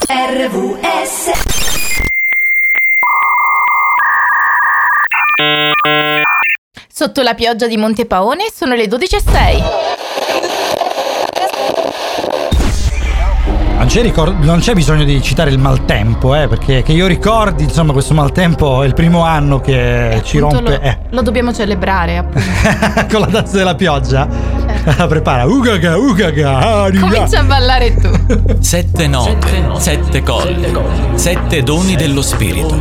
RVS. Sotto la pioggia di Monte Paone sono le 12:06. Non c'è bisogno di citare il maltempo, perché che io ricordi, insomma, questo maltempo è il primo anno che ci rompe. Lo dobbiamo celebrare, appunto. Con la danza della pioggia? Certo. Prepara, ugaga, ugaga. Comincia a ballare tu. 7 note, 7 colli, 7 doni dello spirito.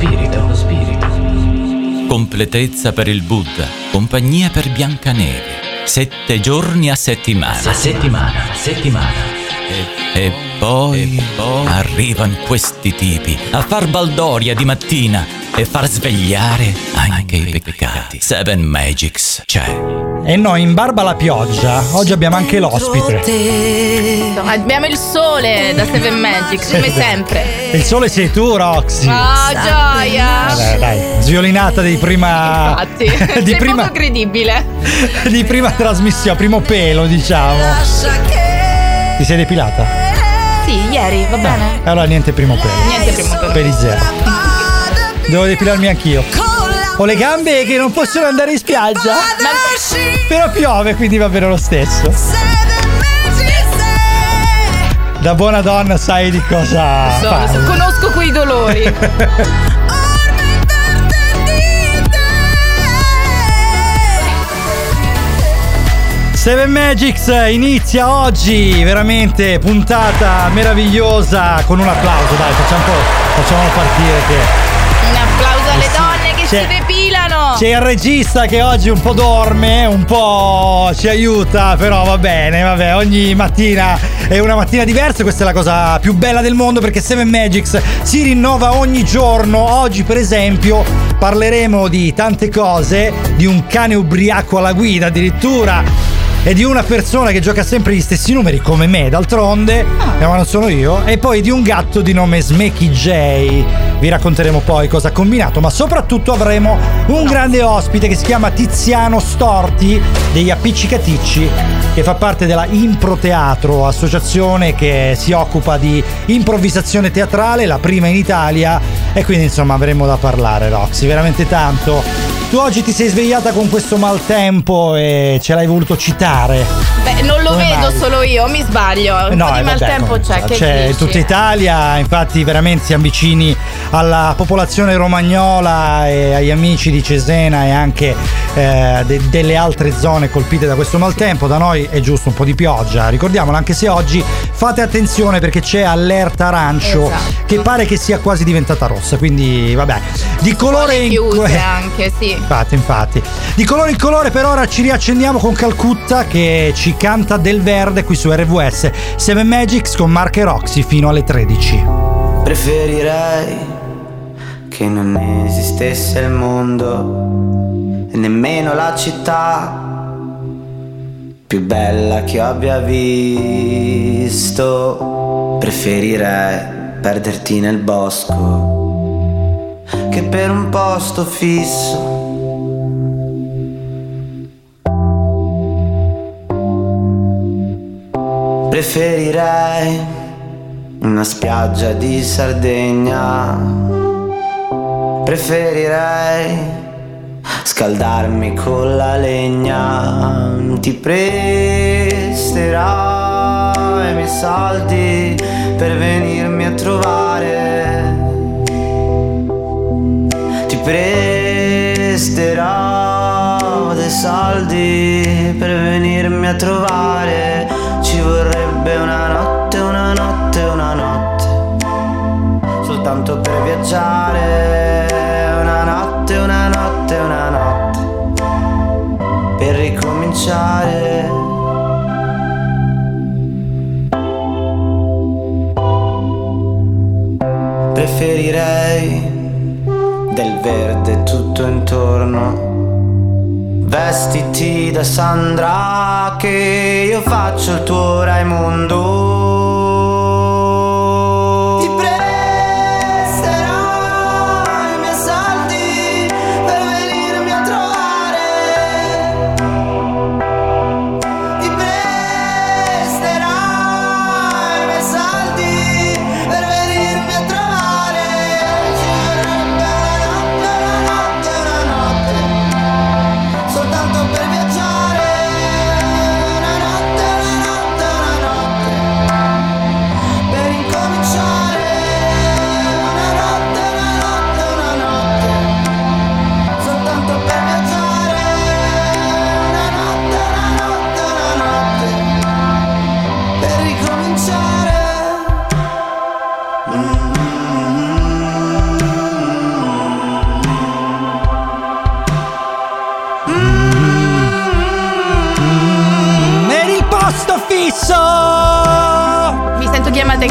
Completezza per il Buddha, compagnia per Biancaneve. 7 giorni a settimana. E poi arrivano questi tipi a far baldoria di mattina e far svegliare anche i peccati. Seven Magics c'è. E noi in barba alla pioggia oggi abbiamo anche l'ospite. Abbiamo il sole da Seven Magics, come sempre. Il sole sei tu, Roxy. Oh, gioia. Dai, sviolinata di prima. Infatti, sei poco credibile. Di prima trasmissione, primo pelo, diciamo. Ti sei depilata? Sì, ieri, va bene. Allora niente primo pelo. Niente primo pelo. Per i zero. Devo depilarmi anch'io. Ho le gambe che non possono andare in spiaggia. Però piove, quindi va bene lo stesso. Da buona donna sai di cosa fare. Conosco quei dolori. Seven Magics inizia oggi, veramente puntata meravigliosa, con un applauso, dai, facciamolo partire che... Un applauso alle donne che si depilano. C'è il regista che oggi un po' dorme, un po' ci aiuta, però va bene, vabbè, ogni mattina è una mattina diversa, questa è la cosa più bella del mondo perché Seven Magics si rinnova ogni giorno. Oggi per esempio parleremo di tante cose, di un cane ubriaco alla guida addirittura, e di una persona che gioca sempre gli stessi numeri come me, d'altronde, ma non sono io, e poi di un gatto di nome Smaky J. Vi racconteremo poi cosa ha combinato, ma soprattutto avremo un grande ospite che si chiama Tiziano Storti degli Appiccicaticci, che fa parte della Impro Teatro, associazione che si occupa di improvvisazione teatrale, la prima in Italia, e quindi insomma avremo da parlare, Roxy, veramente tanto. Tu oggi ti sei svegliata con questo maltempo e ce l'hai voluto citare. Beh, non lo vedo solo io, mi sbaglio. Un po' di maltempo c'è in tutta Italia, infatti veramente siamo vicini alla popolazione romagnola e agli amici di Cesena e anche delle altre zone colpite da questo maltempo. Da noi è giusto un po' di pioggia, ricordiamolo, anche se oggi fate attenzione perché c'è allerta arancio, esatto, che pare che sia quasi diventata rossa, quindi vabbè, di colore chiuse anche, sì. Infatti. Di colore in colore per ora ci riaccendiamo con Calcutta che ci canta Del Verde qui su RVS. Seven Magics con Mark e Roxy fino alle 13. Preferirei che non esistesse il mondo e nemmeno la città più bella che io abbia visto. Preferirei perderti nel bosco che per un posto fisso. Preferirei una spiaggia di Sardegna. Preferirei scaldarmi con la legna. Ti presterò i miei soldi per venirmi a trovare. Ti presterò dei soldi per venirmi a trovare. Ci vorrebbe una notte, una notte, una notte, soltanto per viaggiare. Una notte, una notte, una notte, per ricominciare. Preferirei del verde tutto intorno. Vestiti da Sandra che io faccio il tuo Raimondo. Ti presterò i miei soldi per venirmi a trovare. Ti presterò i miei soldi per venirmi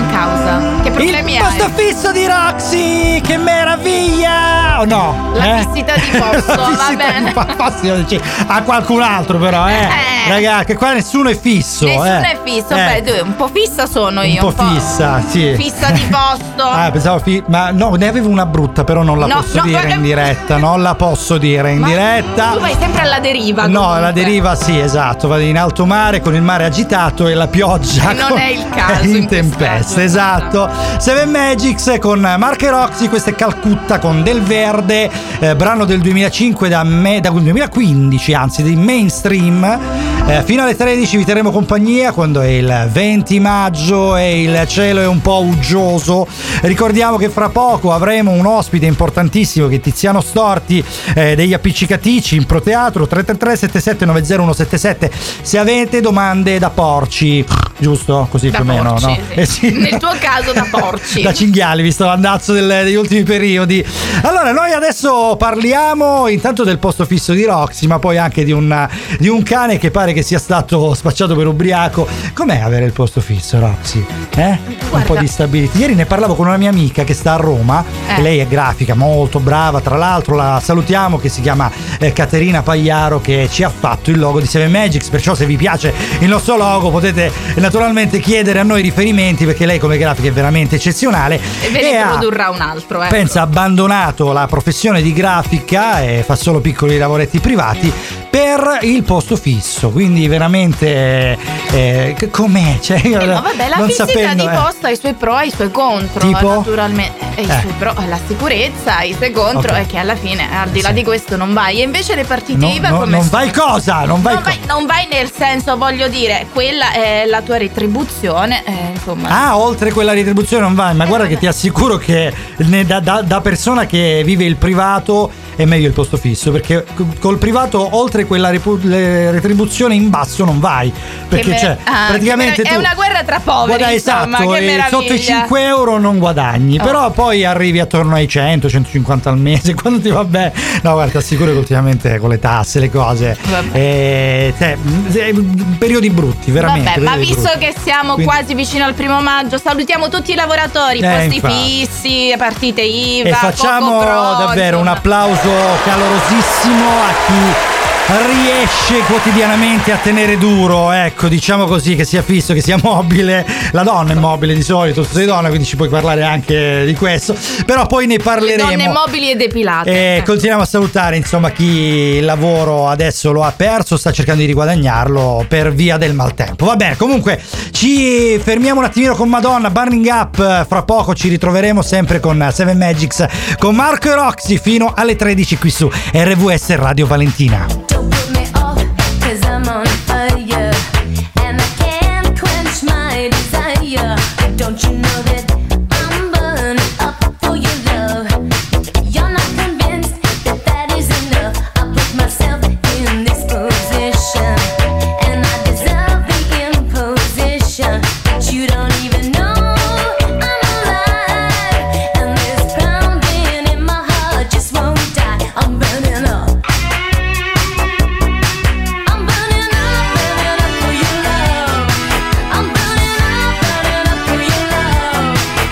causa? Che problemi Il posto fisso di Roxy, che meraviglia! O no? La fissità di posto, La va fissità bene. di posto, dici, a qualcun altro però, Ragazzi, che qua nessuno è fisso. Nessuno è fisso, beh, un po' fissa sono io. Un po' fissa, sì. Fissa di posto. Pensavo ma no, ne avevo una brutta, però non la posso dire in diretta. Non la posso dire in diretta. Tu vai sempre alla deriva. No, comunque. alla deriva sì, esatto. Vado in alto mare con il mare agitato e la pioggia. Non è il caso. In tempesta, esatto. Seven Magics con Mark e Roxy, questa è Calcutta con Del Verde, brano del 2005 da 2015, anzi, di Mainstream. Fino alle 13 vi terremo compagnia quando è il 20 maggio e il cielo è un po' uggioso. Ricordiamo che fra poco avremo un ospite importantissimo che è Tiziano Storti degli Appiccicatici in Proteatro. 333 7790 177 se avete domande da porci, giusto? Così da più o meno, porci, no? sì. Sì. Nel tuo caso da porci. Da cinghiali, visto l'andazzo degli ultimi periodi. Allora, noi adesso parliamo intanto del posto fisso di Roxy, ma poi anche di un cane che pare che sia stato spacciato per ubriaco. Com'è avere il posto fisso, Roxy? Un po' di stabilità. Ieri ne parlavo con una mia amica che sta a Roma, e lei è grafica, molto brava, tra l'altro la salutiamo, che si chiama Caterina Pagliaro, che ci ha fatto il logo di Seven Magics, perciò se vi piace il nostro logo potete naturalmente chiedere a noi riferimenti, perché lei come grafica è veramente eccezionale e ve ne produrrà un altro. Pensa, ha abbandonato la professione di grafica e fa solo piccoli lavoretti privati per il posto fisso, quindi veramente com'è? Cioè, no, vabbè, la fissità di posto ha i suoi pro e i suoi contro, tipo? Naturalmente. I suoi pro, la sicurezza, i suoi contro è che alla fine, al di là di questo, non vai. E invece le partite IVA come non vai cosa? Non vai nel senso, voglio dire, quella è la tua retribuzione, insomma. Oltre quella retribuzione non vai, ma guarda che ti assicuro che da persona che vive il privato è meglio il posto fisso, perché col privato oltre quella retribuzione in basso non vai, perché praticamente è una guerra tra poveri, insomma, esatto, che meraviglia. sotto i 5 euro non guadagni, però poi arrivi attorno ai 100-150 al mese quando ti va bene. No, guarda, ti assicuro che ultimamente con le tasse, le cose, periodi brutti, veramente. Vabbè, ma visto che siamo quasi vicino al 1 maggio, salutiamo tutti i lavoratori, posti fissi, partite IVA, e facciamo davvero un applauso calorosissimo a chi riesce quotidianamente a tenere duro, ecco, diciamo così, che sia fisso, che sia mobile. La donna è mobile di solito, tu sei donna, quindi ci puoi parlare anche di questo, però poi ne parleremo. Le donne mobili e depilate. Continuiamo a salutare, insomma, chi il lavoro adesso lo ha perso, sta cercando di riguadagnarlo per via del maltempo. Va bene, comunque ci fermiamo un attimino con Madonna, Burning Up, fra poco ci ritroveremo sempre con Seven Magics, con Marco e Roxy fino alle 13 qui su RVS Radio Valentina. Don't you know that I'm burning up for your love? You're not convinced that that is enough. I put myself in this position, and I deserve the imposition. But you don't even know I'm alive, and this pounding in my heart just won't die. I'm burning up. I'm burning up for your love. I'm burning up for your love.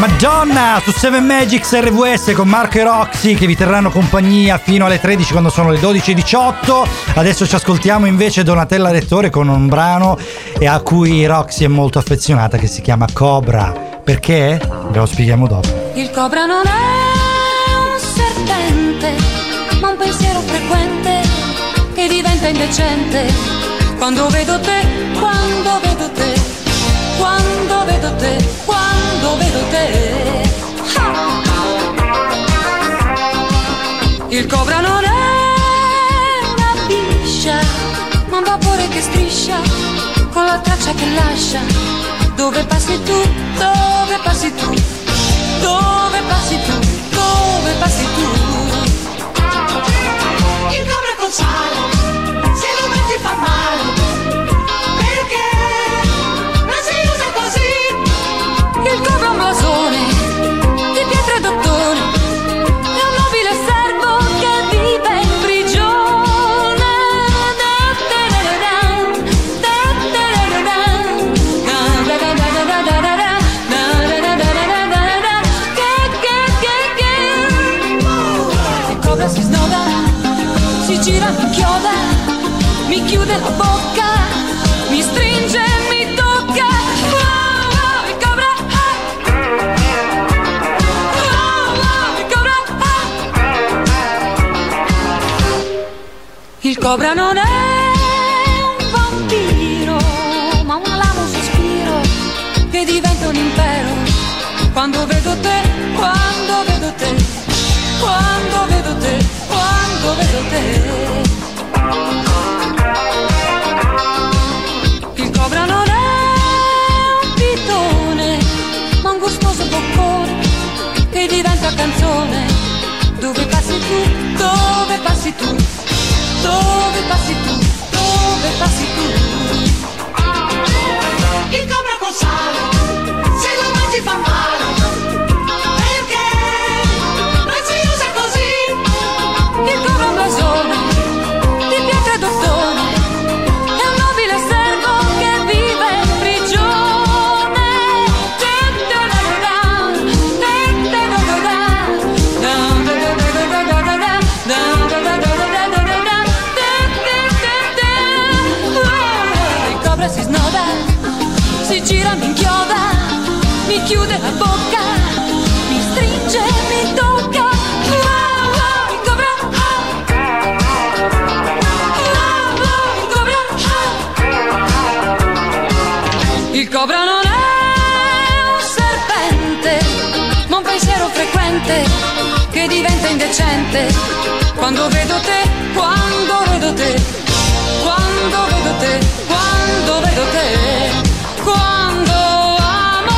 Madonna su 7 Magics RVS con Marco e Roxy che vi terranno compagnia fino alle 13 quando sono le 12:18. Adesso ci ascoltiamo invece Donatella Rettore con un brano a cui Roxy è molto affezionata che si chiama Cobra. Perché? Ve lo spieghiamo dopo. Il cobra non è un serpente, ma un pensiero frequente che diventa indecente. Quando vedo te, quando vedo te, quando vedo te, quando vedo te. Il cobra non è una biscia, ma un vapore che striscia con la traccia che lascia. Dove passi tu, dove passi tu, dove passi tu, dove passi tu. Il cobra col sale, se lo metti fa male, perché non si usa così. Il cobra è un blasone di pietra e d'ottone, è un nobile servo che vive in prigione. Il cobra si snoda, si gira, mi chioda, mi chiude la bocca, mi stringe e mi tocca. Il cobra, il cobra. Il cobra non è un vampiro, ma un alamo sospiro che diventa un impero. Quando vedo te, quando vedo te, quando vedo te, quando vedo te. Il cobra non è un pitone, ma un gustoso boccone che diventa canzone. Dove passi tu, dove passi tu, dove passi tu, dove passi tu. Il cobra col sale, se lo mangi fa male, perché non si usa così. Il cobra è un blasone di pietra e d'ottone, è un nobile servo che vive in prigione. Il cobra si snoda, si gira, mi inchioda, mi chiude la bocca, mi stringe e mi tocca. Il cobra, il cobra non è un serpente, ma un pensiero frequente che diventa indecente. Quando vedo te, quando vedo te, quando vedo te, quando vedo te. Quando amo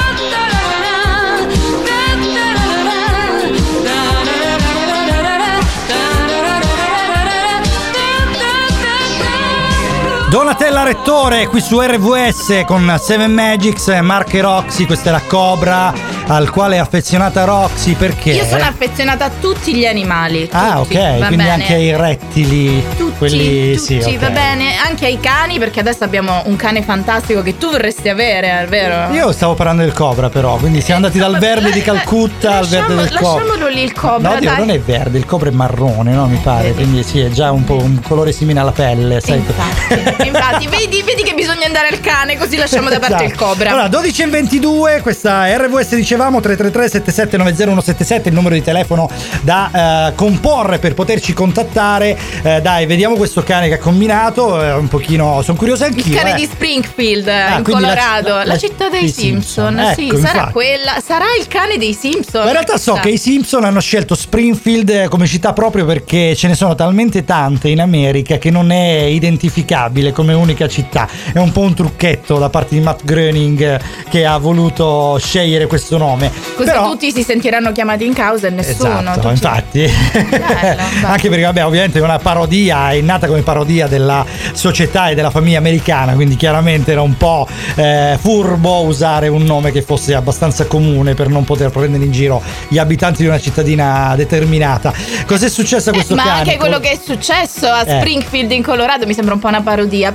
Donatella Rettore qui su RVS con 7 Magics, Marco e Roxy, questa è la Cobra al quale è affezionata Roxy perché? Io sono affezionata a tutti gli animali. Ah, tutti, ok, va quindi bene. anche ai rettili. Tutti, quelli sì, ok. va bene, anche ai cani, perché adesso abbiamo un cane fantastico che tu vorresti avere, è vero? Io stavo parlando del cobra però, quindi siamo andati dal verde di Calcutta al verde del cobra. Lasciamolo lì il cobra, No, Dio, dai. non è verde, il cobra è marrone, no? Mi pare, Vedi. quindi sì, è già un po' un colore simile alla pelle, sai? Infatti, vedi che bisogna andare al cane, così lasciamo da parte il Esatto. cobra. Allora, 12:22, questa RVS dicevamo 333-7790-177, il numero di telefono da comporre per poterci contattare. Dai, vediamo questo cane che ha combinato, un pochino, sono curioso anch'io. Il cane di Springfield, in quindi Colorado, la città dei Simpson. Ecco, Sì, sarà infatti. quella, sarà il cane dei Simpson. Ma in realtà so che i Simpson hanno scelto Springfield come città proprio perché ce ne sono talmente tante in America che non è identificabile come unica città. È un po' un trucchetto da parte di Matt Groening che ha voluto scegliere questo nome. Così Però, tutti si sentiranno chiamati in causa e nessuno. esatto, tutti- infatti. Bello. Anche perché vabbè, ovviamente è una parodia, è nata come parodia della società e della famiglia americana, quindi chiaramente era un po' furbo usare un nome che fosse abbastanza comune per non poter prendere in giro gli abitanti di una cittadina determinata. Cos'è successo a questo ma cane? anche quello che è successo a Springfield in Colorado mi sembra un po' una parodia,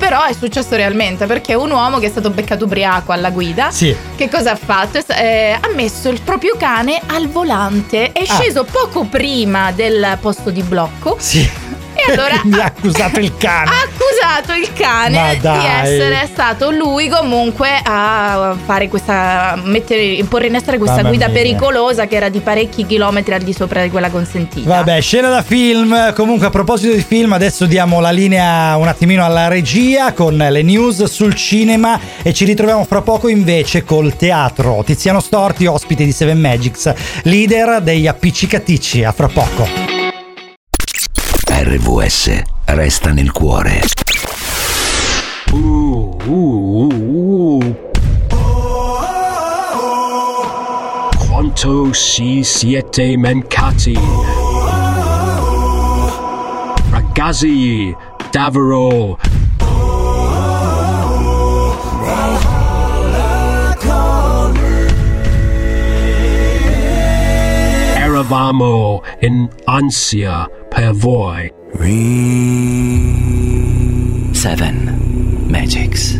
però è successo realmente, perché un uomo che è stato beccato ubriaco alla guida, Sì. che cosa ha fatto? Ha messo il proprio cane al volante, è sceso poco prima del posto di blocco. Sì. E allora Mi ha accusato il cane. ha accusato il Ma cane dai. di essere stato lui comunque a fare porre in essere questa Mamma guida mia. pericolosa che era di parecchi chilometri al di sopra di quella consentita. Vabbè, scena da film. Comunque, a proposito di film, adesso diamo la linea un attimino alla regia con le news sul cinema e ci ritroviamo fra poco invece col teatro. Tiziano Storti, ospite di Seven Magics, leader degli Appiccicaticci. A fra poco. RVS resta nel cuore. Quanto si siete mancati, ragazzi, davvero. Eravamo in ansia per voi. Seven Magics.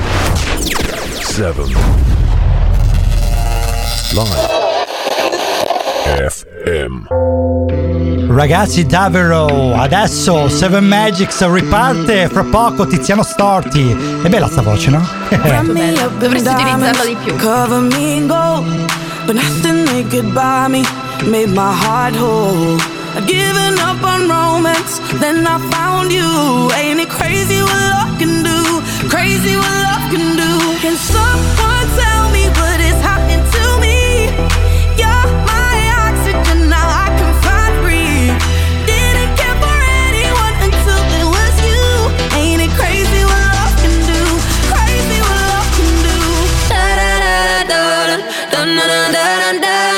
7 Live FM. Ragazzi, davvero, adesso Seven Magics riparte fra poco. Tiziano Storti. È bella sta voce, no? Dovresti utilizzarla di più. Cover me in gold, but nothing they could buy me made my heart whole. I'd given up on romance, then I found you. Ain't it crazy what love can do? Crazy what love can do. Can someone tell me what is happening to me? You're my oxygen, now I can find breathe. Didn't care for anyone until it was you. Ain't it crazy what love can do? Crazy what love can do. Da da da da da da da da da da.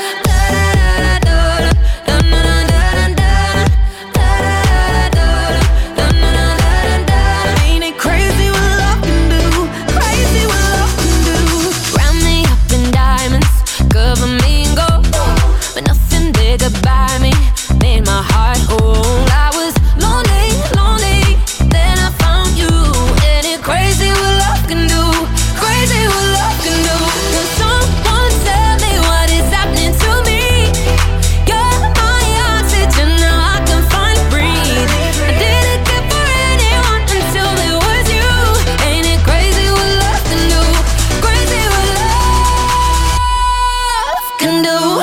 Goodbye me, made my heart whole. I was lonely, lonely, then I found you. And it crazy what love can do, crazy what love can do. Can someone tell me what is happening to me? You're my oxygen, now I can finally breathe. I didn't care for anyone until it was you. Ain't it crazy what love can do, crazy what love can do.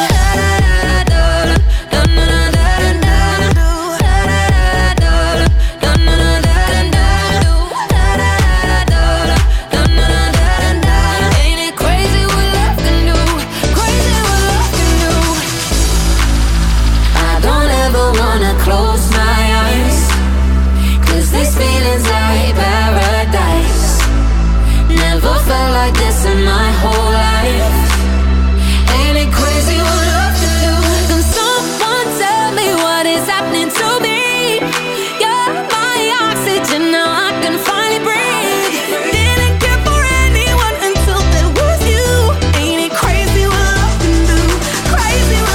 Like this in my whole life. Ain't it crazy what love can do? Can someone tell me what is happening to me? You're my oxygen, now I can finally breathe. Didn't care for anyone until there was you. Ain't it crazy what love can do? Crazy what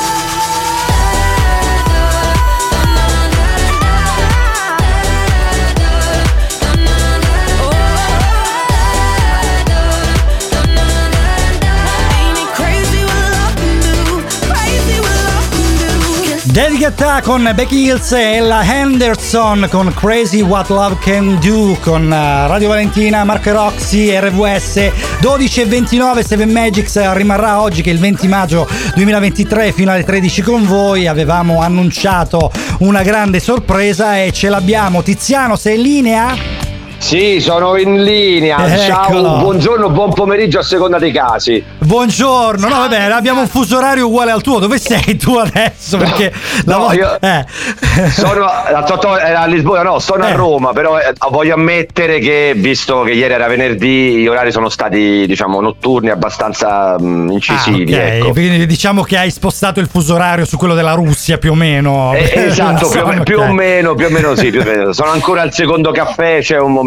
Dedicata con Becky Hills e Ella Henderson con Crazy What Love Can Do, con Radio Valentina, Marco e Roxy, RVS 12:29. Seven Magics rimarrà oggi, che è il 20 maggio 2023, fino alle 13 con voi. Avevamo annunciato una grande sorpresa e ce l'abbiamo. Tiziano, sei in linea? Sì, sono in linea. Eccolo. Ciao, buongiorno, buon pomeriggio a seconda dei casi. Buongiorno. No, vabbè, abbiamo un fuso orario uguale al tuo. Dove sei tu adesso? Perché io sono a Lisbona, no, sono a Roma, però voglio ammettere che, visto che ieri era venerdì, gli orari sono stati, diciamo, notturni, abbastanza incisivi. Ok, ecco. quindi diciamo che hai spostato il fuso orario su quello della Russia, più o meno. Esatto, più o meno sì, più o meno. Sono ancora al secondo caffè, c'è un momento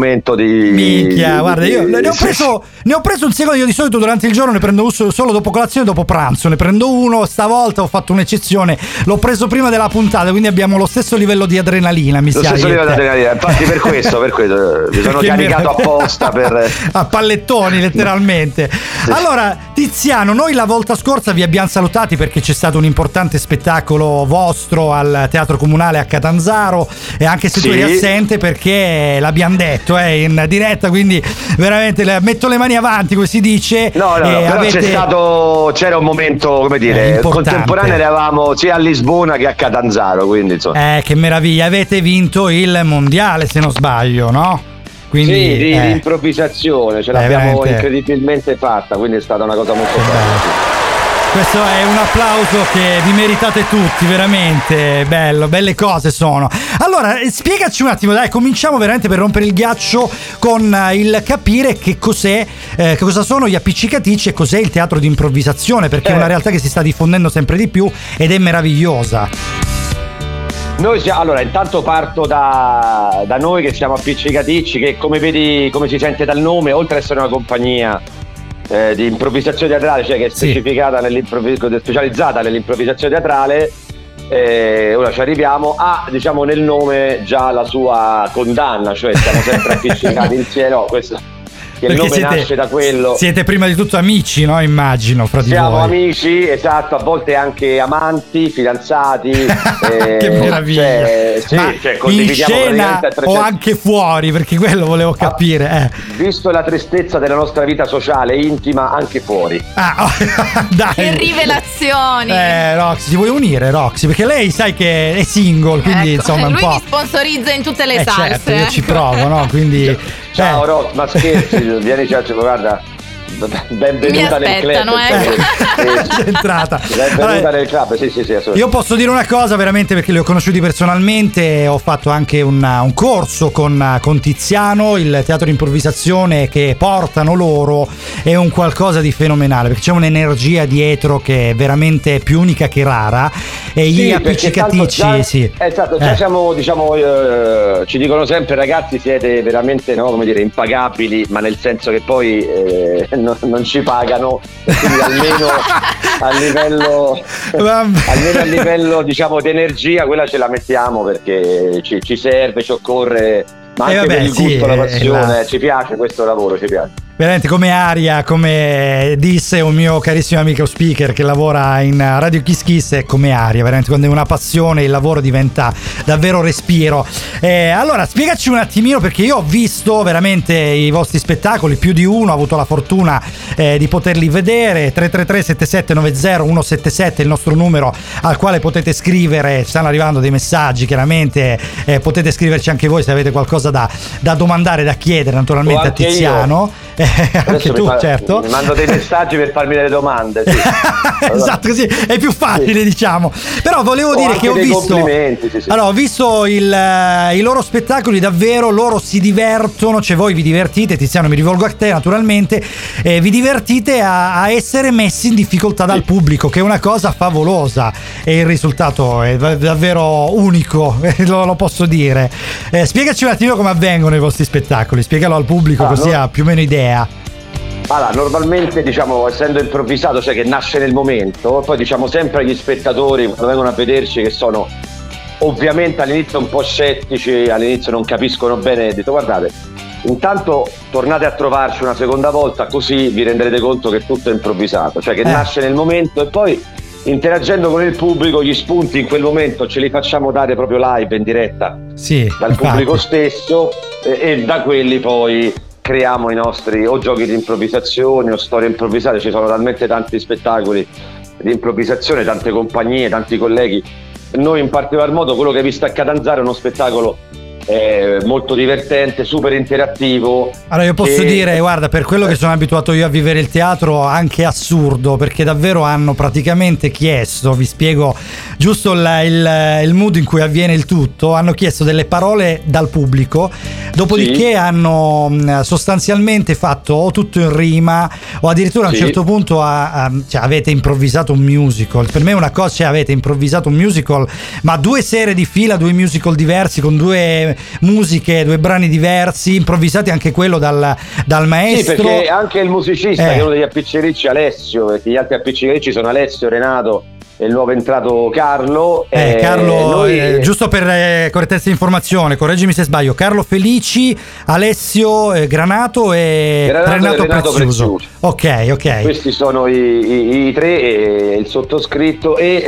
momento di... Minchia, guarda, io ne ho preso un secondo. Io di solito durante il giorno ne prendo uno solo dopo colazione e dopo pranzo. Ne prendo uno, stavolta ho fatto un'eccezione. L'ho preso prima della puntata, quindi abbiamo lo stesso livello di adrenalina. Lo stesso livello di adrenalina, infatti per questo mi sono caricato apposta per... a pallettoni letteralmente. Allora Tiziano, noi la volta scorsa vi abbiamo salutati perché c'è stato un importante spettacolo vostro al Teatro Comunale a Catanzaro, e anche se tu eri assente, perché l'abbiamo detto in diretta, quindi veramente metto le mani avanti, come si dice. No, però c'era un momento, come dire, contemporaneo, eravamo sia a Lisbona che a Catanzaro, quindi insomma. Che meraviglia, avete vinto il mondiale se non sbaglio, no? Quindi, sì, di improvvisazione, ce l'abbiamo veramente incredibilmente fatta, quindi è stata una cosa molto bella. Questo è un applauso che vi meritate tutti, veramente bello, belle cose sono. Allora, spiegaci un attimo, dai, cominciamo veramente per rompere il ghiaccio con il capire che cos'è, che cosa sono gli appiccicatici e cos'è il teatro di improvvisazione, perché è una realtà che si sta diffondendo sempre di più ed è meravigliosa. Allora, intanto parto da noi che siamo Appiccicaticci, che come vedi, come si sente dal nome, oltre ad essere una compagnia di improvvisazione teatrale, cioè che è specificata specializzata nell'improvvisazione teatrale, ora ci arriviamo, diciamo nel nome già la sua condanna, cioè siamo sempre appiccicati insieme, no, questo... Che il nome nasce da quello. Siete prima di tutto amici, no? Immagino, fra di voi. Siamo amici, esatto, a volte anche amanti, fidanzati. Che meraviglia. In scena o anche fuori, perché quello volevo capire. Visto la tristezza della nostra vita sociale intima, anche fuori. Dai. Che rivelazioni. Roxy, si vuoi unire, Roxy? Perché lei sai che è single, quindi insomma un lui po'. mi sponsorizza in tutte le salse. Certo, io ci provo, no? Quindi ciao Rox, ma scherzi, vieni, guarda, benvenuta nel club. Benvenuta nel club, sì, assolutamente. Io posso dire una cosa veramente, perché li ho conosciuti personalmente, ho fatto anche un corso con Tiziano, il teatro di improvvisazione che portano loro è un qualcosa di fenomenale, perché c'è un'energia dietro che è veramente più unica che rara, e gli appiccicatici esatto, già siamo, diciamo, ci dicono sempre, ragazzi, siete veramente, no, come dire, impagabili, ma nel senso che poi non ci pagano, quindi almeno a livello diciamo di energia quella ce la mettiamo, perché ci serve, ci occorre, ma anche per il gusto, la passione, ci piace questo lavoro, ci piace. Veramente come aria, come disse un mio carissimo amico speaker che lavora in Radio Kiss Kiss, è come aria, veramente quando è una passione il lavoro diventa davvero respiro. Allora spiegaci un attimino, perché io ho visto veramente i vostri spettacoli, più di uno, ho avuto la fortuna di poterli vedere. 333 7790 177 il nostro numero al quale potete scrivere, stanno arrivando dei messaggi, chiaramente potete scriverci anche voi se avete qualcosa da domandare, da chiedere naturalmente a Tiziano. Anche tu, certo. Mi mando dei messaggi per farmi delle domande, sì. Esatto, così è più facile, diciamo. Però volevo dire che ho visto Allora, ho visto i loro spettacoli, davvero loro si divertono, cioè voi vi divertite, Tiziano, mi rivolgo a te naturalmente, vi divertite a essere messi in difficoltà dal pubblico, che è una cosa favolosa, e il risultato è davvero unico, lo posso dire. Spiegaci un attimo come avvengono i vostri spettacoli, spiegalo al pubblico così ha più o meno idea. Allora, normalmente, diciamo, essendo improvvisato, cioè che nasce nel momento, poi diciamo sempre agli spettatori quando vengono a vederci, che sono ovviamente all'inizio un po' scettici, all'inizio non capiscono bene, dico guardate, intanto tornate a trovarci una seconda volta, così vi renderete conto che tutto è improvvisato, cioè che nasce nel momento, e poi interagendo con il pubblico gli spunti in quel momento ce li facciamo dare proprio live, in diretta, dal pubblico stesso, e da quelli poi creiamo i nostri o giochi di improvvisazione o storie improvvisate. Ci sono talmente tanti spettacoli di improvvisazione, tante compagnie, tanti colleghi. Noi in particolar modo, quello che hai visto a Catanzaro è uno spettacolo molto divertente, super interattivo. Allora io posso dire, guarda, per quello che sono abituato io a vivere il teatro, anche assurdo, perché davvero hanno praticamente chiesto, vi spiego giusto il mood in cui avviene il tutto, hanno chiesto delle parole dal pubblico, dopodiché hanno sostanzialmente fatto o tutto in rima o addirittura a un certo punto cioè, avete improvvisato un musical. Per me è una cosa, cioè, avete improvvisato un musical, ma 2 sere di fila, 2 musical diversi con 2 due musiche, due brani diversi, improvvisati anche quello dal maestro. Sì, perché anche il musicista, che è uno degli appiccicaricci, Alessio, perché gli altri appiccicaricci sono Alessio, Renato e il nuovo entrato Carlo. Carlo, giusto per correttezza di informazione, correggimi se sbaglio, Carlo Felici, Alessio Granato e Renato Prezioso. Ok. Questi sono i tre, e il sottoscritto e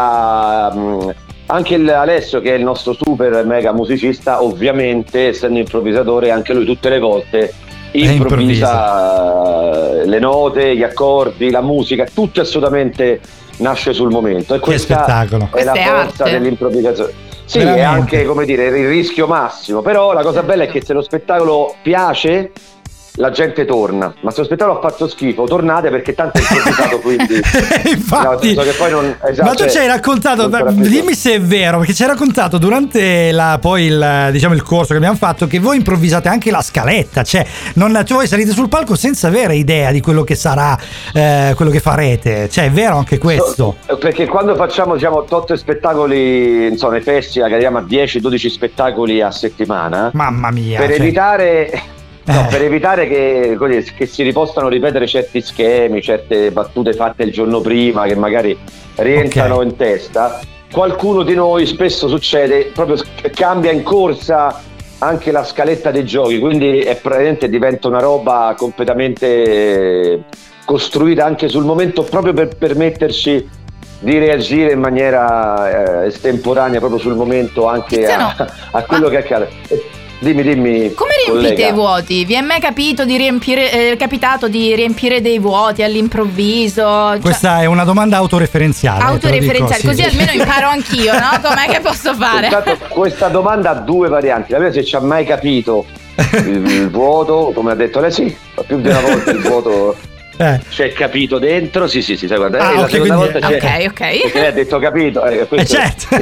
anche Alessio, che è il nostro super mega musicista, ovviamente essendo improvvisatore anche lui tutte le volte improvvisa le note, gli accordi, la musica, tutto assolutamente nasce sul momento, e questa è la forza dell'improvvisazione. Sì, veramente. È anche, come dire, il rischio massimo, però la cosa bella è che se lo spettacolo piace la gente torna, ma se lo spettacolo ha fatto schifo tornate, perché tanto è improvvisato, quindi infatti, no, che poi non, esatto, ma tu ci hai raccontato, dimmi se è vero, perché ci hai raccontato durante il corso che abbiamo fatto che voi improvvisate anche la scaletta, cioè voi salite sul palco senza avere idea di quello che sarà, quello che farete, cioè è vero anche questo? Perché quando facciamo tot spettacoli, insomma, nei festival che arriviamo a 10-12 spettacoli a settimana, mamma mia, per evitare che si ripossano ripetere certi schemi, certe battute fatte il giorno prima che magari rientrano in testa, qualcuno di noi, spesso succede, proprio cambia in corsa anche la scaletta dei giochi, quindi praticamente diventa una roba completamente costruita anche sul momento, proprio per permetterci di reagire in maniera estemporanea proprio sul momento anche a quello che accade. Dimmi. Come riempite i vuoti? Vi è mai capitato di riempire dei vuoti all'improvviso? Questa è una domanda autoreferenziale. Così almeno imparo anch'io, no? Com'è che posso fare? Intanto, questa domanda ha due varianti. La prima, se ci ha mai capito il vuoto, come ha detto lei, sì, più di una volta il vuoto c'è capito dentro, sì, sai, guarda, la seconda volta c'è, perché lei ha detto capito, certo.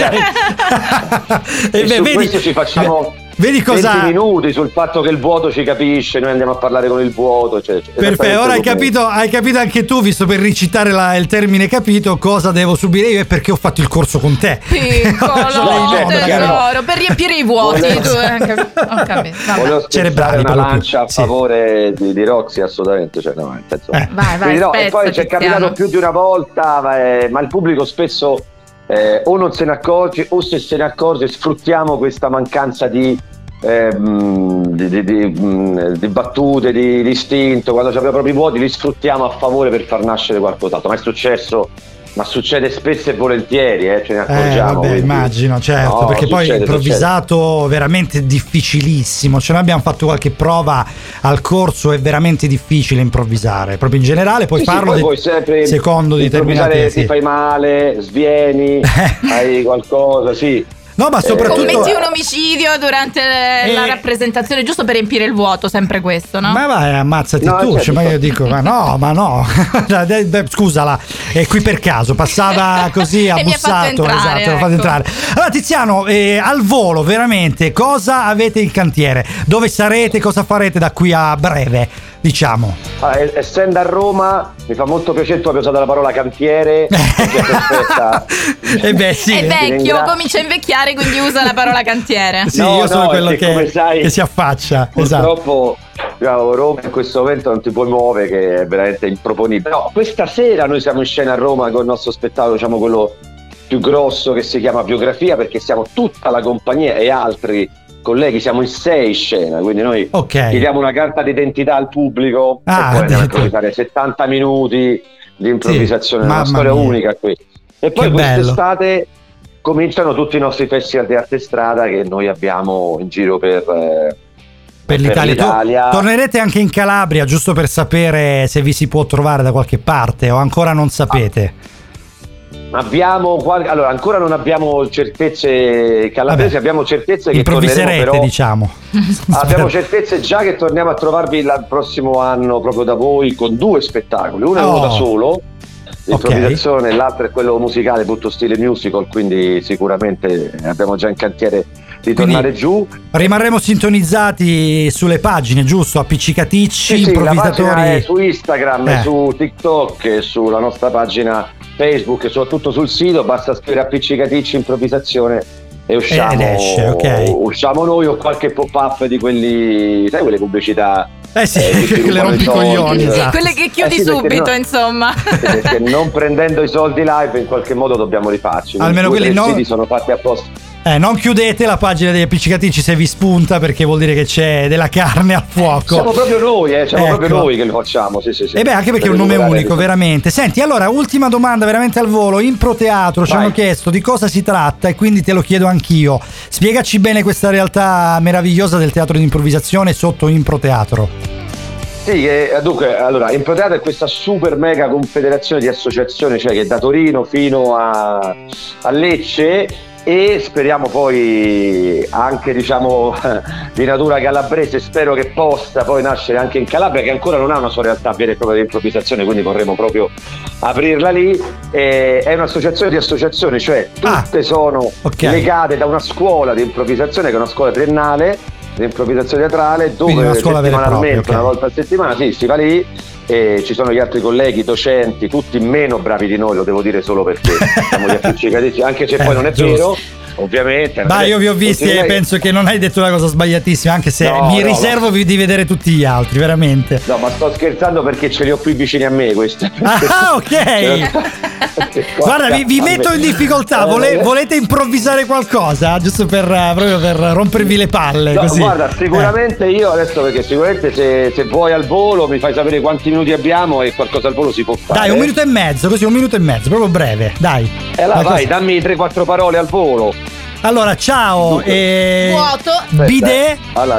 Questo ci facciamo 20 minuti sul fatto che il vuoto ci capisce, noi andiamo a parlare con il vuoto, perfetto. Ora hai capito anche tu, visto per recitare il termine capito, cosa devo subire io e perché ho fatto il corso con te. Piccolo tesoro, per riempire i vuoti. Volevo spezzare una lancia a favore di Roxy, assolutamente, vai, e poi ci è capitato più di una volta, ma il pubblico spesso o non se ne accorge, o se ne accorge sfruttiamo questa mancanza di battute, di istinto, quando abbiamo proprio i vuoti li sfruttiamo a favore per far nascere qualcos'altro. Ma è successo, ma succede spesso e volentieri, ce ne accorgiamo. Vabbè, immagino, certo, perché poi improvvisato veramente difficilissimo. Noi abbiamo fatto qualche prova al corso, è veramente difficile improvvisare, proprio in generale. Poi parlo secondo determinate. Ti fai male, svieni, hai qualcosa, No, ma soprattutto commetti un omicidio durante la rappresentazione, giusto per riempire il vuoto, sempre questo, no? Ma vai, ammazzati ma io dico, ma no. Scusala, è qui per caso, passava così, ha bussato, l'ho fatto entrare. Allora Tiziano, al volo veramente, cosa avete in cantiere? Dove sarete? Cosa farete da qui a breve? Diciamo. Essendo a Roma mi fa molto piacere tu abbia usato la parola cantiere, perché è perfetta. È vecchio, comincia a invecchiare, quindi usa la parola cantiere. Io sono quello che si affaccia. Purtroppo Roma in questo momento non ti puoi muovere, che è veramente improponibile. No, questa sera noi siamo in scena a Roma con il nostro spettacolo, quello più grosso, che si chiama Biografia, perché siamo tutta la compagnia e altri colleghi, siamo in 6 in scena, quindi noi diamo una carta d'identità al pubblico e poi andiamo a improvvisare 70 minuti di improvvisazione, una storia unica qui. E poi quest'estate cominciano tutti i nostri festival di arte strada che noi abbiamo in giro per l'Italia. Tornerete anche in Calabria, giusto per sapere se vi si può trovare da qualche parte o ancora non sapete? Allora, ancora non abbiamo certezze calabresi, abbiamo certezze che improvviserete, però, diciamo. Abbiamo certezze già che torniamo a trovarvi il prossimo anno proprio da voi con 2 spettacoli. Uno è uno da solo, l'improvvisazione, l'altro è quello musicale, tutto stile musical, quindi sicuramente abbiamo già in cantiere di tornare giù. Rimarremo sintonizzati sulle pagine, giusto? Appiccicaticci, improvvisatori. La pagina è su Instagram, su TikTok, sulla nostra pagina Facebook e soprattutto sul sito, basta scrivere Appiccicaticci improvvisazione e usciamo, ed esce, ok. usciamo noi o qualche pop-up di quelli, sai, quelle pubblicità. Le rompicoglioni, esatto. Quelle che chiudi sì, subito, no, insomma. Perché non prendendo i soldi live in qualche modo dobbiamo rifarci. Almeno quelli no. Siti sono fatti apposta. Non chiudete la pagina degli appiccicaticci se vi spunta, perché vuol dire che c'è della carne al fuoco. Siamo proprio noi, proprio noi che lo facciamo. Sì. E beh, anche perché è un nome unico, veramente. Senti, allora, ultima domanda veramente al volo. Improteatro ci hanno chiesto di cosa si tratta e quindi te lo chiedo anch'io. Spiegaci bene questa realtà meravigliosa del teatro di improvvisazione sotto Improteatro. Sì, dunque, allora, Improteatro è questa super mega confederazione di associazioni, cioè che da Torino fino a Lecce, e speriamo poi anche, diciamo, di natura calabrese, spero che possa poi nascere anche in Calabria, che ancora non ha una sua realtà vera e propria di improvvisazione, quindi vorremmo proprio aprirla lì. È un'associazione di associazioni, cioè tutte sono legate da una scuola di improvvisazione, che è una scuola triennale di improvvisazione teatrale, dove settimanalmente, una volta a settimana, si va lì. E ci sono gli altri colleghi, docenti, tutti meno bravi di noi, lo devo dire solo perché siamo gli appiccicatici, anche se poi non è vero, ovviamente. Ma io vi ho visti e penso che non hai detto una cosa sbagliatissima, anche se riservo di vedere tutti gli altri, veramente. No, ma sto scherzando perché ce li ho qui vicini a me questi. Ah, ok. Guarda, vi metto in difficoltà. Volete improvvisare qualcosa? Giusto proprio per rompervi le palle. No, così. Guarda, sicuramente io adesso, perché sicuramente se vuoi al volo mi fai sapere quanti minuti abbiamo e qualcosa al volo si può fare. Dai, 1 minuto e mezzo, così 1 minuto e mezzo, proprio breve. Dai. Vai, dammi 3-4 parole al volo. Allora, ciao. Vuoto. Bidet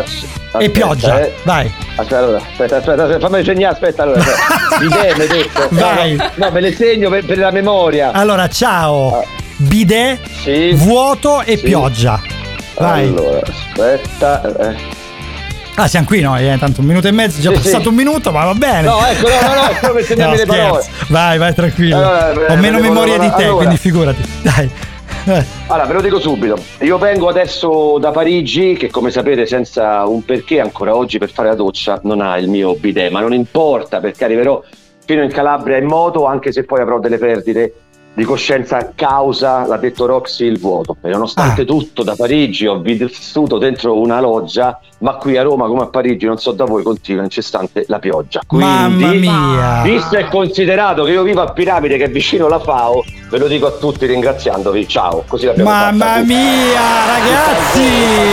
e pioggia. Vai. Aspetta, fammi segnare, aspetta. Bidet, mi hai detto. Vai. No, me le segno per la memoria. Allora, ciao. Bidet, vuoto e pioggia. Vai. Allora, aspetta. Siamo qui noi, tanto 1 minuto e mezzo, già passato 1 minuto, ma va bene. No, ecco, no, è solo per segnarmi le parole. Vai, tranquillo. Ho meno memoria di te, quindi figurati. Dai. Allora, ve lo dico subito. Io vengo adesso da Parigi, che come sapete senza un perché ancora oggi per fare la doccia non ha il mio bidet, ma non importa, perché arriverò fino in Calabria in moto, anche se poi avrò delle perdite di coscienza a causa, l'ha detto Roxy, il vuoto. E nonostante tutto, da Parigi ho vissuto dentro una loggia, ma qui a Roma come a Parigi, non so da voi, continua incessante la pioggia. Quindi, mamma mia, visto e considerato che io vivo a Piramide, che è vicino alla FAO, ve lo dico a tutti ringraziandovi. Ciao, così l'abbiamo fatta. Mamma mia, ragazzi!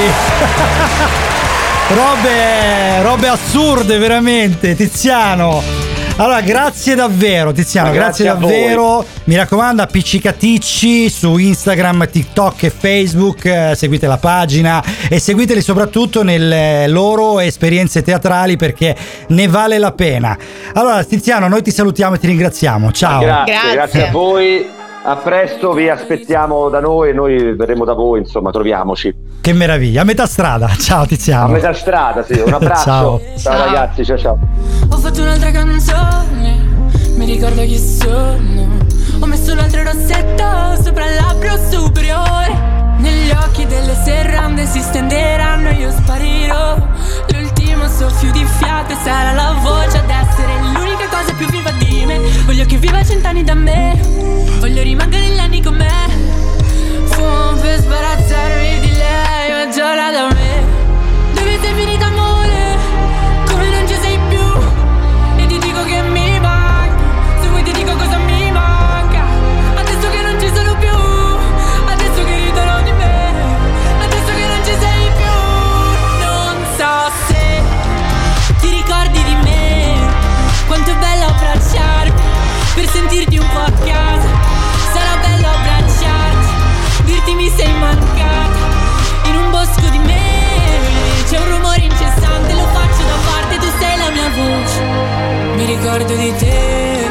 robe assurde, veramente, Tiziano. Allora, grazie davvero, Tiziano, grazie davvero. Mi raccomando, appiccicaticci su Instagram, TikTok e Facebook, seguite la pagina e seguiteli soprattutto nelle loro esperienze teatrali, perché ne vale la pena. Allora, Tiziano, noi ti salutiamo e ti ringraziamo. Ciao. Grazie a voi. A presto, vi aspettiamo da noi e noi verremo da voi, insomma, troviamoci. Che meraviglia, a metà strada. Ciao Tiziano. A metà strada, sì, un abbraccio. Ciao ragazzi, ciao. Ho fatto un'altra canzone, mi ricordo chi sono. Ho messo un altro rossetto sopra il labbro superiore. Negli occhi delle serrande si stenderanno e io sparirò. L'ultimo soffio di fiato sarà la voce ad essere l'unica cosa più viva di me. Voglio che viva 100 anni da me, voglio rimanere negli anni con me. Fumo per sbarazzarmi di lei, ma giora da me. Dove sei finita amore? Come non ci sei più? E ti dico che mi manca, se vuoi ti dico cosa mi manca. Adesso che non ci sono più, adesso che ridono di me, adesso che non ci sei più. Non so se ti ricordi di me, quanto è bello abbracciarmi, per sentirti un po' a casa. Sarà bello abbracciarti, dirti mi sei mancata. In un bosco di me c'è un rumore incessante, lo faccio da parte, tu sei la mia voce. Mi ricordo di te.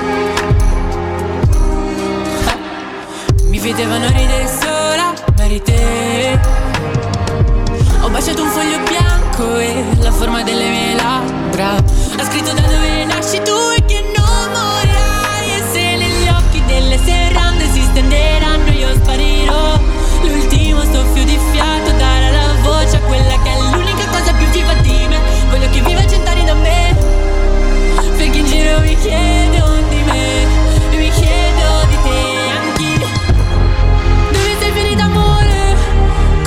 Mi vedevano ridere sola, ma eri te. Ho baciato un foglio bianco e la forma delle mie labbra ha scritto da dove nasci tu e che non morirai. E se negli occhi delle serrande si stenderanno io sparirò. L'ultimo soffio di fiato darà la voce a quella che è l'unica cosa più viva di me. Voglio che viva 100 anni da me, perché in giro mi chiedo di me e mi chiedo di te anch'io. Dove sei finita amore?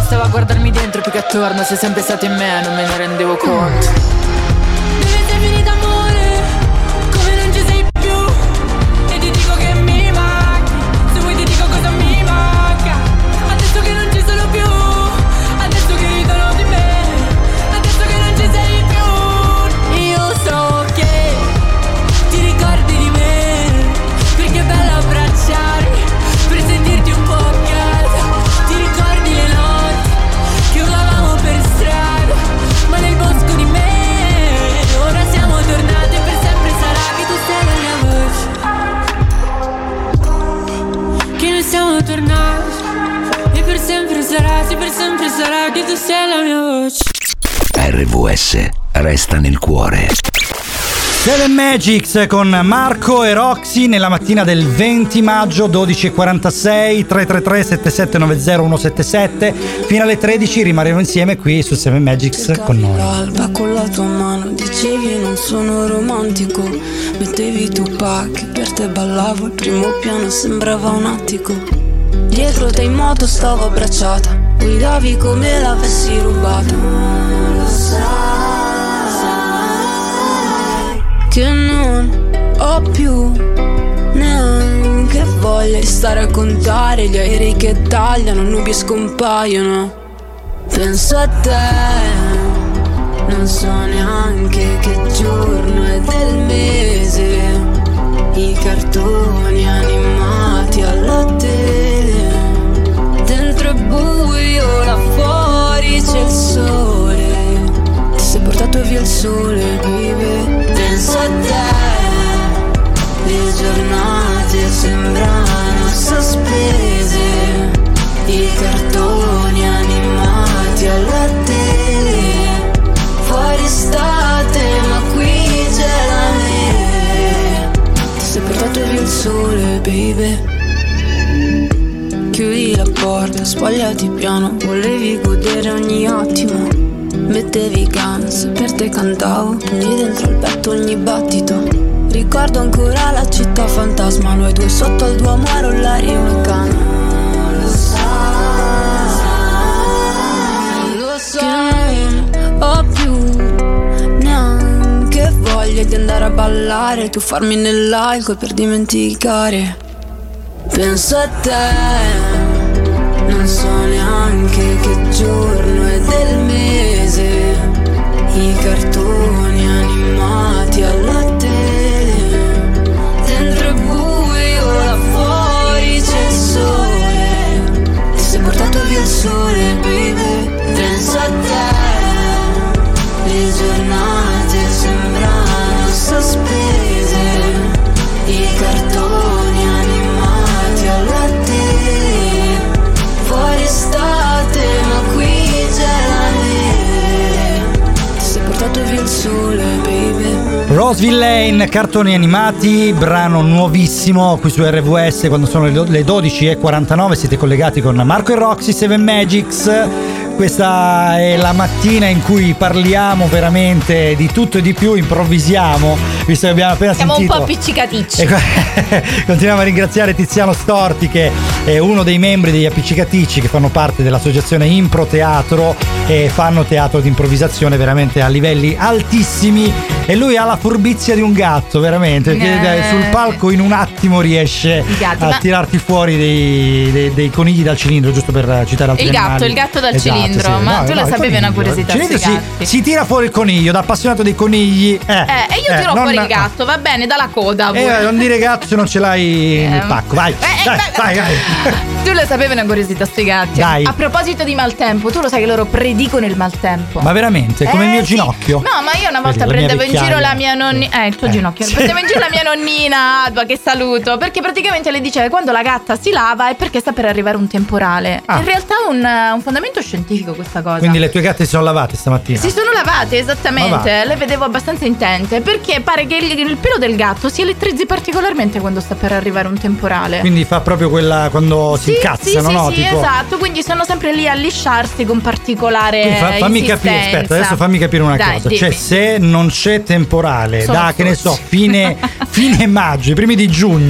bastava guardarmi dentro più che attorno. Sei sempre stato in me, non me ne rendevo conto. Dove sei finita amore? Come non ci sei più? E ti dico che mi manchi. Se vuoi ti dico cosa mi manca. Adesso che non ci sono più, adesso che ridono di me, adesso che non ci sei più. Io so che ti ricordi di me, perché è bello abbracciare, per sentirti un po' a casa. Ti ricordi le notti che urlavamo per strada, ma nel bosco di me. Ora siamo tornati e per sempre sarà che tu sei la mia voce. Che noi siamo tornati e per sempre sarà, sì, per sempre sarà che tu sei la mia voce. RVS resta nel cuore. Seven Magics con Marco e Roxy nella mattina del 20 maggio 12.46 333 7790 177 fino alle 13 rimarremo insieme qui su Seven Magics con noi. L'alba con la tua mano dicevi non sono romantico, mettevi Tupac che per te ballavo, il primo piano sembrava un attico, dietro te in moto stavo abbracciata, guidavi come l'avessi rubata. Non lo sai che non ho più neanche voglia di stare a contare gli aerei che tagliano, nubi e scompaiono. Penso a te, non so neanche che giorno è del mese, i cartoni animati alla tele, dentro è buio, là fuori c'è il sole, ti sei portato via il sole, baby. Penso a te, le giornate sembrano sospese, i cartoni animati alla tele, fuori estate ma qui c'è la neve, ti sei portato via il sole, baby. Chiudi la porta, spogliati piano, volevi godere ogni attimo, mettevi Guns, per te cantavo, pugni dentro il petto ogni battito. Ricordo ancora la città fantasma, noi due sotto al Duomo a rollare una canna. Lo sai, che non ho più neanche voglia di andare a ballare, tuffarmi nell'alcol per dimenticare. Penso a te, non so neanche che giorno è del mese, i cartoni animati alla tele, dentro è buio, là fuori c'è il sole, ti sei portato via il sole, baby. Penso a te, le giornate sembrano sospese, i cartoni animati alla tele, fuori estate ma qui c'è la neve, ti sei portato via il sole, baby. Roseville Lane, cartoni animati, brano nuovissimo qui su RVS quando sono le 12.49, siete collegati con Marco e Roxy, Seven Magics. Questa è la mattina in cui parliamo veramente di tutto e di più, improvvisiamo, visto che abbiamo appena Siamo sentito. un po' appiccicaticci. Continuiamo a ringraziare Tiziano Storti, che è uno dei membri degli Appiccicaticci che fanno parte dell'associazione Impro Teatro e fanno teatro di improvvisazione veramente a livelli altissimi, e lui ha la furbizia di un gatto veramente, che sul palco in un attimo riesce a tirarti fuori dei conigli dal cilindro, giusto per citare altri animali. Il gatto dal Esatto, cilindro, sì. ma No, tu lo sapevi una curiosità sui gatti? Si tira fuori il coniglio, da appassionato dei conigli. E io tiro fuori il gatto, va bene, dalla coda. Non dire gatto se non ce l'hai nel pacco, vai. Vai. Tu lo sapevi una curiosità sui gatti? Dai. A proposito di maltempo, tu lo sai che loro predicono il maltempo? Ma veramente? Come il mio sì. ginocchio? No, ma io una volta Vedi, la mia prendevo in giro vecchiaia. la mia nonnina. Il tuo ginocchio. Sì. Prendevo in giro la mia nonnina Adua, che saluto, perché praticamente le diceva che quando la gatta si lava è perché sta per arrivare un temporale. In realtà ha un fondamento scientifico questa cosa. Quindi le tue gatte si sono lavate stamattina? Si sono lavate, esattamente. Ma va. Le vedevo abbastanza intente, perché pare che il pelo del gatto si elettrizzi particolarmente quando sta per arrivare un temporale. Quindi fa proprio quella quando si incazzano, no? Sì, Tipo... esatto. Quindi sono sempre lì a lisciarsi con particolare Quindi fammi capire, aspetta, adesso fammi capire una Dai, cosa. dimmi. Cioè, se non c'è temporale Sono da, che ne so, frutti. fine maggio, i primi di giugno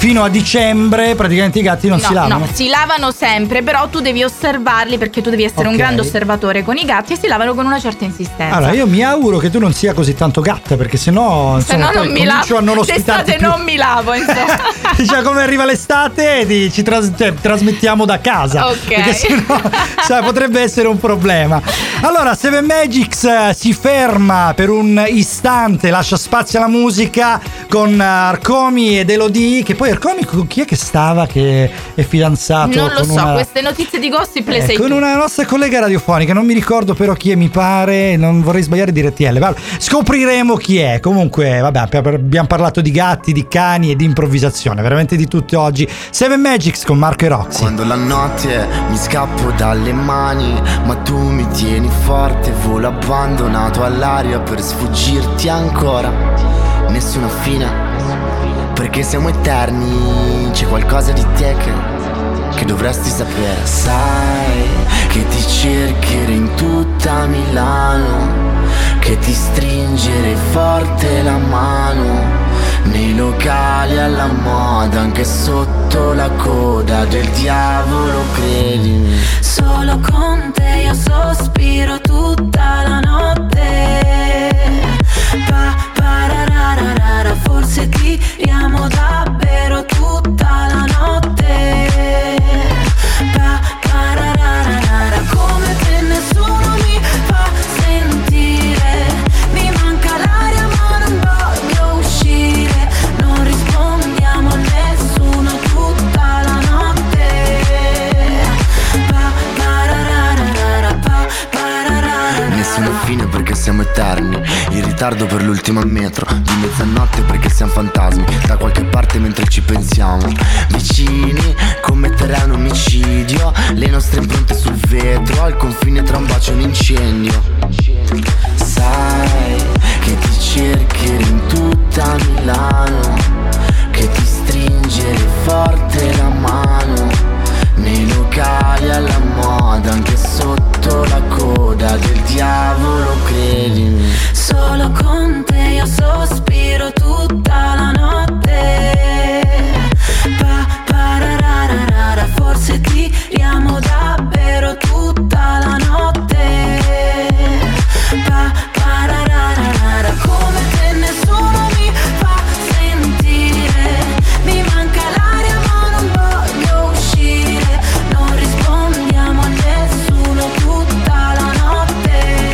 fino a dicembre praticamente i gatti non si lavano. No, si lavano sempre, però tu devi osservarli perché tu devi essere un grande osservatore con i gatti e si lavano con una certa insistenza. Allora, io mi auguro che tu non sia così tanto gatta, perché sennò insomma, non mi lavo. A non ospitarti D'estate più. non mi lavo, insomma. Cioè, come arriva l'estate ci trasmettiamo da casa. Ok. Perché sennò potrebbe essere un problema. Allora, Seven Magics si ferma per un istante, lascia spazio alla musica con Arcomi ed Elodie. Che poi Arcomi con chi è che stava, che è fidanzato? Non lo con so, una... queste notizie di gossip le sei con tu. una nostra collega radiofonica, non mi ricordo però chi è, mi pare, non vorrei sbagliare di RTL. Vabbè, scopriremo chi è. Comunque, vabbè, abbiamo parlato di gatti, di cani e di improvvisazione, veramente di tutto oggi. Seven Magics con Marco e Roxy. Quando la notte mi scappo dalle mani, ma tu mi tieni forte, volo abbandonato all'aria per sfuggirti ancora. Nessuna fine, perché siamo eterni, c'è qualcosa di te che dovresti sapere. Sai che ti cercherò in tutta Milano, che ti stringerei forte la mano, nei locali alla moda, anche sotto la coda del diavolo, credimi. Solo con te io sospiro tutta la notte. Parararara, forse tiriamo davvero tutta la notte. Parararara, come te nessuno mi fa sentire. Mi manca l'aria ma non voglio uscire. Non rispondiamo a nessuno tutta la notte. Nessuna fine perché siamo eterni, in ritardo per l'ultima metro, di mezzanotte perché siamo fantasmi, da qualche parte mentre ci pensiamo. Vicini, commetterai un omicidio, le nostre impronte sul vetro, al confine tra un bacio e un incendio. Sai che ti cercherò in tutta Milano, che ti stringerò forte la mano, nei locali alla moda, anche sotto la coda del diavolo, credimi. Solo con te io sospiro tutta la notte. Parararara, forse tiriamo davvero tutta la notte. Parararara, come te nessuno mi fa sentire. Mi manca l'aria ma non voglio uscire. Non rispondiamo a nessuno tutta la notte.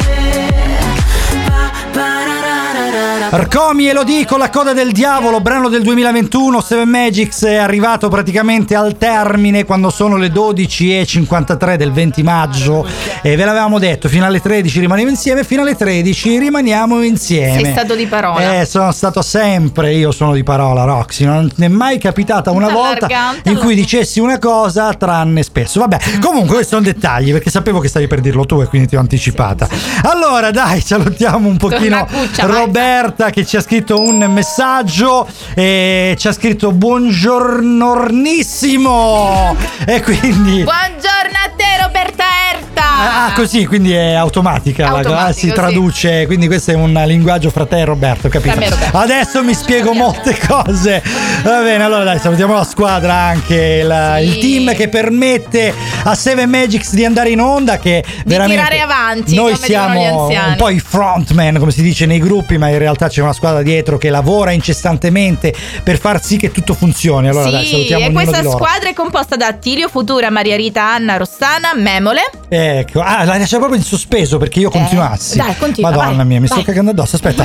Arcomi e Elodie con La coda del diavolo, brano del 2021. Seven Magics è arrivato praticamente al termine quando sono le 12:53 del 20 maggio e ve l'avevamo detto, fino alle 13 rimaniamo insieme, fino alle 13 rimaniamo insieme. Sei stato di parola. Sono stato sempre, io sono di parola, Roxy, non è mai capitata una volta in cui dicessi una cosa, tranne spesso. Vabbè, comunque questi sono dettagli, perché sapevo che stavi per dirlo tu e quindi ti ho anticipata. Allora dai, salutiamo un pochino Roberta che ci ha scritto un messaggio e ci ha scritto buongiornornissimo e quindi buongiorno a te Roberta Erta. Così, quindi è automatica, si traduce, quindi questo è un linguaggio fra te e Roberto, capito? Adesso mi spiego molte cose. Va bene, allora dai, salutiamo la squadra, anche il team che permette a Seven Magics di andare in onda, che di veramente tirare avanti, noi come dicono gli siamo anziani. un po' i frontman, come si dice nei gruppi, ma in realtà c'è una squadra dietro che lavora incessantemente per far sì che tutto funzioni. Allora dai, salutiamo e ognuno questa di loro. squadra è composta da Attilio, Futura, Maria Rita, Anna, Rossana, Memole. Ecco, la lascia proprio in sospeso perché io continuassi. Dai, continua. Madonna mia, mi sto cagando addosso. Aspetta.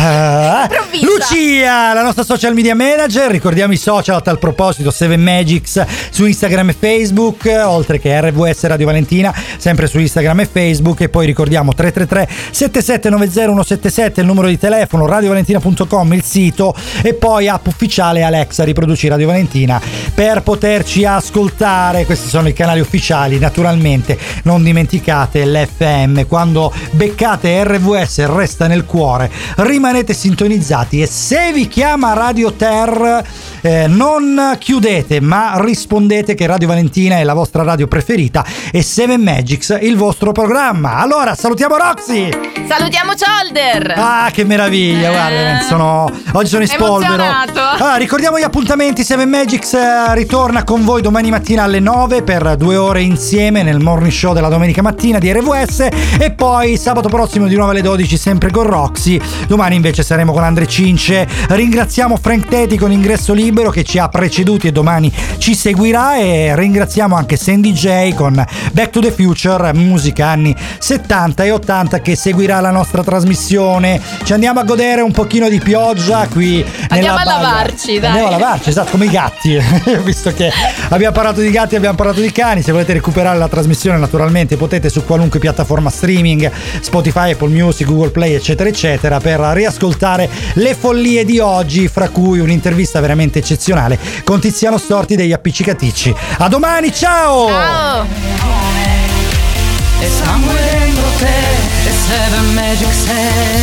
Lucia, la nostra social media manager. Ricordiamo i social a tal proposito: Seven Magics su Instagram e Facebook, oltre che RVS Radio Valentina, sempre su Instagram e Facebook. E poi ricordiamo 333 7790 177 il numero di telefono, radiovalentina.com il sito, e poi app ufficiale Alexa, riproduci Radio Valentina per poterci ascoltare. Questi sono i canali ufficiali. Naturalmente non dimenticate l'FM, quando beccate RVS resta nel cuore, rimanete sintonizzati. E se vi chiama Radio Ter non chiudete ma rispondete che Radio Valentina è la vostra radio preferita e 7 Magics il vostro programma. Allora salutiamo Roxy, salutiamo Cholder. Ah, che meraviglia, guarda, oggi sono in spolvero. Ricordiamo gli appuntamenti. 7 Magics ritorna con voi domani mattina alle 9 per 2 ore insieme nel morning show della domenica mattina di RVS, e poi sabato prossimo di nuovo alle 12 sempre con Roxy. Domani invece saremo con Andre Cince. Ringraziamo Frank Teti con Ingresso Libero che ci ha preceduti e domani ci seguirà, e ringraziamo anche Sandy J con Back to the Future, musica anni 70 e 80 che seguirà la nostra trasmissione. Ci andiamo a godere un pochino di pioggia qui. Andiamo a lavarci, dai. Andiamo a lavarci, esatto, come i gatti. Visto che abbiamo parlato di gatti, abbiamo parlato di cani. Se volete recuperare la trasmissione, naturalmente potete su qualunque piattaforma streaming, Spotify, Apple Music, Google Play, eccetera eccetera, per riascoltare le follie di oggi, fra cui un'intervista veramente eccezionale con Tiziano Storti degli Appiccicaticci. A domani, ciao! Ciao! E somewhere dentro te, e 7 Magics